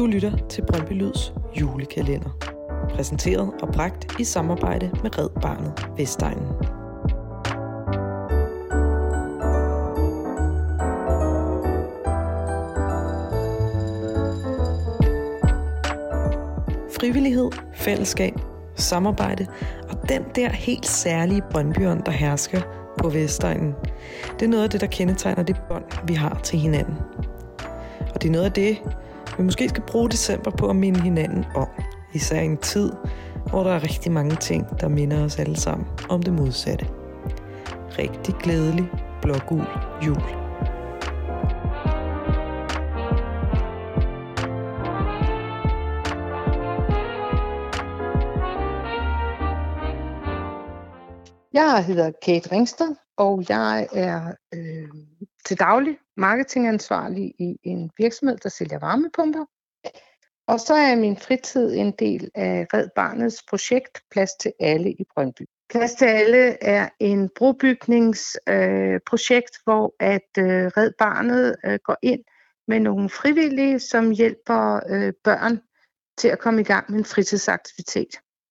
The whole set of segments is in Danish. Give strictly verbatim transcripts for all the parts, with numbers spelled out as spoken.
Du lytter til Brøndby Lyds julekalender. Præsenteret og bragt i samarbejde med Red Barnet Vestegnen. Frivillighed, fællesskab, samarbejde og den der helt særlige Brøndbyånd, der hersker på Vestegnen. Det er noget af det, der kendetegner det bånd, vi har til hinanden. Og det er noget af det, vi måske skal bruge december på at minde hinanden om. Især i en tid, hvor der er rigtig mange ting, der minder os alle sammen om det modsatte. Rigtig glædelig blågul jul. Jeg hedder Kate Ringsted, og jeg er øh, til daglig marketingansvarlig i en virksomhed, der sælger varmepumper. Og så er min fritid en del af Red Barnets projekt Plads til alle i Brøndby. Plads til alle er en brobygningsprojekt, øh, hvor at øh, Red Barnet øh, går ind med nogle frivillige, som hjælper øh, børn til at komme i gang med en fritidsaktivitet.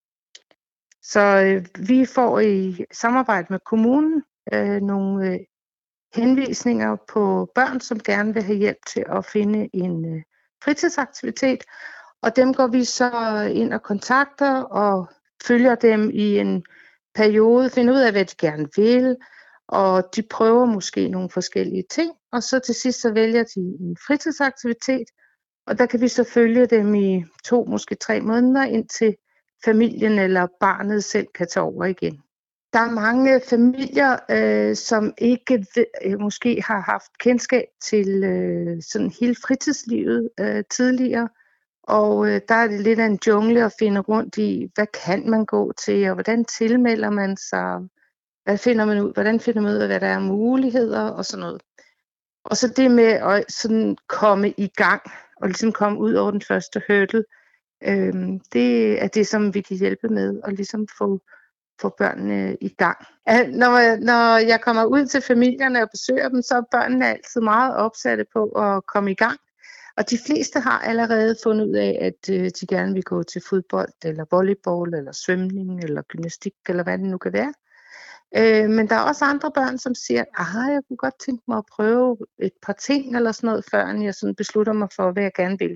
Så øh, vi får i samarbejde med kommunen øh, nogle øh, henvisninger på børn, som gerne vil have hjælp til at finde en øh, fritidsaktivitet. Og dem går vi så ind og kontakter og følger dem i en periode, finder ud af, hvad de gerne vil. Og de prøver måske nogle forskellige ting. Og så til sidst så vælger de en fritidsaktivitet. Og der kan vi så følge dem i to, måske tre måneder, indtil familien eller barnet selv kan tage over igen. Der er mange familier, øh, som ikke ved, måske har haft kendskab til øh, sådan hele fritidslivet øh, tidligere. Og øh, der er det lidt af en jungle at finde rundt i, hvad kan man gå til, og hvordan tilmelder man sig, hvad finder man ud, hvordan finder man ud af, hvad der er muligheder og sådan noget. Og så det med at sådan komme i gang og ligesom komme ud over den første hurdle, øh, det er det, som vi kan hjælpe med og ligesom få få børnene i gang. Når, når jeg kommer ud til familierne og besøger dem, så er børnene altid meget opsatte på at komme i gang. Og de fleste har allerede fundet ud af, at øh, de gerne vil gå til fodbold, eller volleyball, eller svømning, eller gymnastik, eller hvad det nu kan være. Øh, men der er også andre børn, som siger, at jeg kunne godt tænke mig at prøve et par ting, eller sådan noget, før jeg sådan beslutter mig for, hvad jeg gerne vil.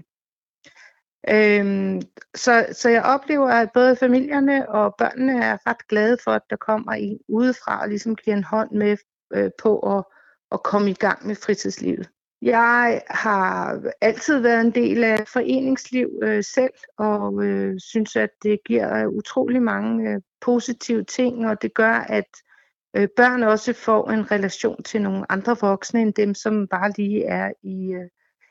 Øhm, så, så jeg oplever, at både familierne og børnene er ret glade for, at der kommer en udefra og ligesom giver en hånd med øh, på at, at komme i gang med fritidslivet. Jeg har altid været en del af foreningsliv øh, selv, og øh, synes, at det giver utrolig mange øh, positive ting, og det gør, at øh, børn også får en relation til nogle andre voksne, end dem, som bare lige er i øh,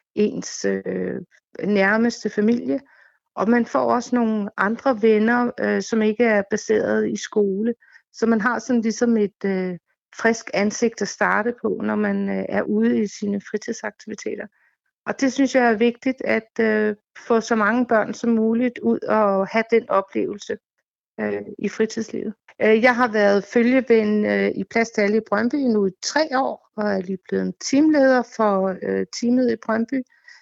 ens øh, nærmeste familie. Og man får også nogle andre venner, øh, som ikke er baseret i skole. Så man har sådan ligesom et øh, frisk ansigt at starte på, når man øh, er ude i sine fritidsaktiviteter. Og det synes jeg er vigtigt, at øh, få så mange børn som muligt ud og have den oplevelse øh, i fritidslivet. Øh, jeg har været følgeven øh, i Plads til alle i Brøndby nu i tre år, og er lige blevet teamleder for øh, teamet i Brøndby.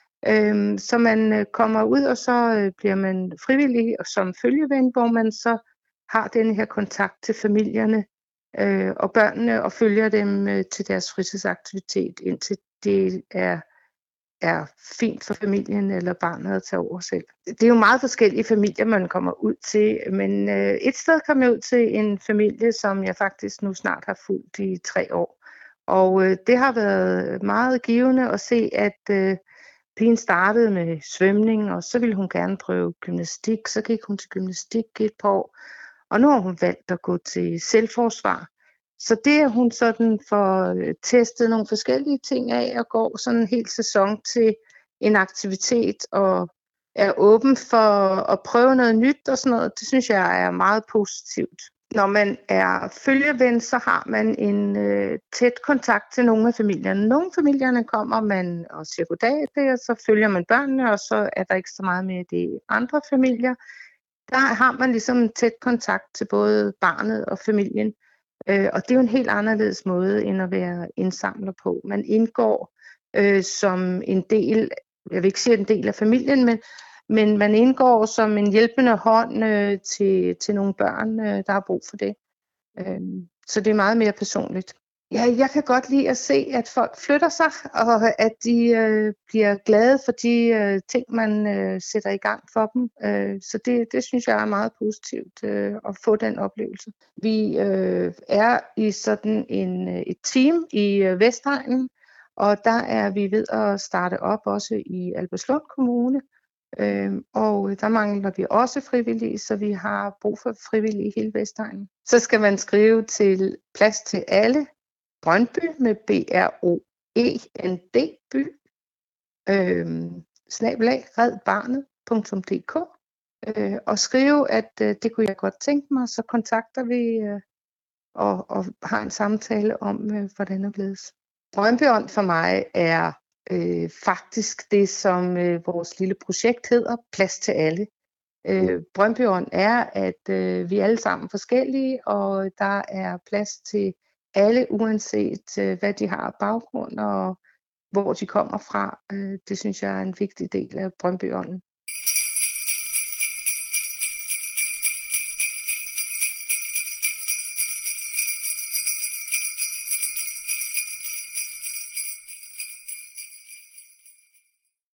Øhm, så man øh, kommer ud, og så øh, bliver man frivillig og som følgeven, hvor man så har den her kontakt til familierne øh, og børnene og følger dem øh, til deres fritidsaktivitet, indtil det er, er fint for familien eller barnet at tage over selv. Det er jo meget forskellige familier, man kommer ud til, men øh, et sted kom jeg ud til en familie, som jeg faktisk nu snart har fulgt i tre år. Og øh, det har været meget givende at se, at øh, pigen startede med svømning, og så ville hun gerne prøve gymnastik. Så gik hun til gymnastik et par år, og nu har hun valgt at gå til selvforsvar. Så det er hun sådan for testet nogle forskellige ting af, og går sådan en hel sæson til en aktivitet, og er åben for at prøve noget nyt og sådan noget. Det synes jeg er meget positivt. Når man er følgeven, så har man en øh, tæt kontakt til nogle af familierne. Nogle familierne kommer man og siger goddag til, og så følger man børnene, og så er der ikke så meget med det andre familier. Der har man ligesom en tæt kontakt til både barnet og familien. Øh, og det er jo en helt anderledes måde, end at være indsamler på. Man indgår øh, som en del jeg vil ikke sige en del af familien, men, men man indgår som en hjælpende hånd øh, til, til nogle børn, øh, der har brug for det. Øh, så det er meget mere personligt. Ja, jeg kan godt lide at se, at folk flytter sig, og at de øh, bliver glade for de øh, ting, man øh, sætter i gang for dem. Øh, så det, det synes jeg er meget positivt øh, at få den oplevelse. Vi øh, er i sådan en, et team i øh, Vestegnen, og der er vi ved at starte op også i Albertslund Kommune. Øh, og der mangler vi også frivillige, så vi har brug for frivillige i hele Vestegnen. Så skal man skrive til Plads til Alle, Brøndby med B R O E N D by, øh, snabelag redbarnet punktum d k øh, og skrive, at øh, det kunne jeg godt tænke mig, så kontakter vi øh, og, og har en samtale om, øh, hvordan det blevet. Brøndbyånd for mig er øh, faktisk det, som øh, vores lille projekt hedder, Plads til Alle. Øh, Brøndbyånd er, at øh, vi er alle sammen forskellige, og der er plads til alle, uanset øh, hvad de har af baggrund og hvor de kommer fra. Øh, det synes jeg er en vigtig del af Brøndbyånden.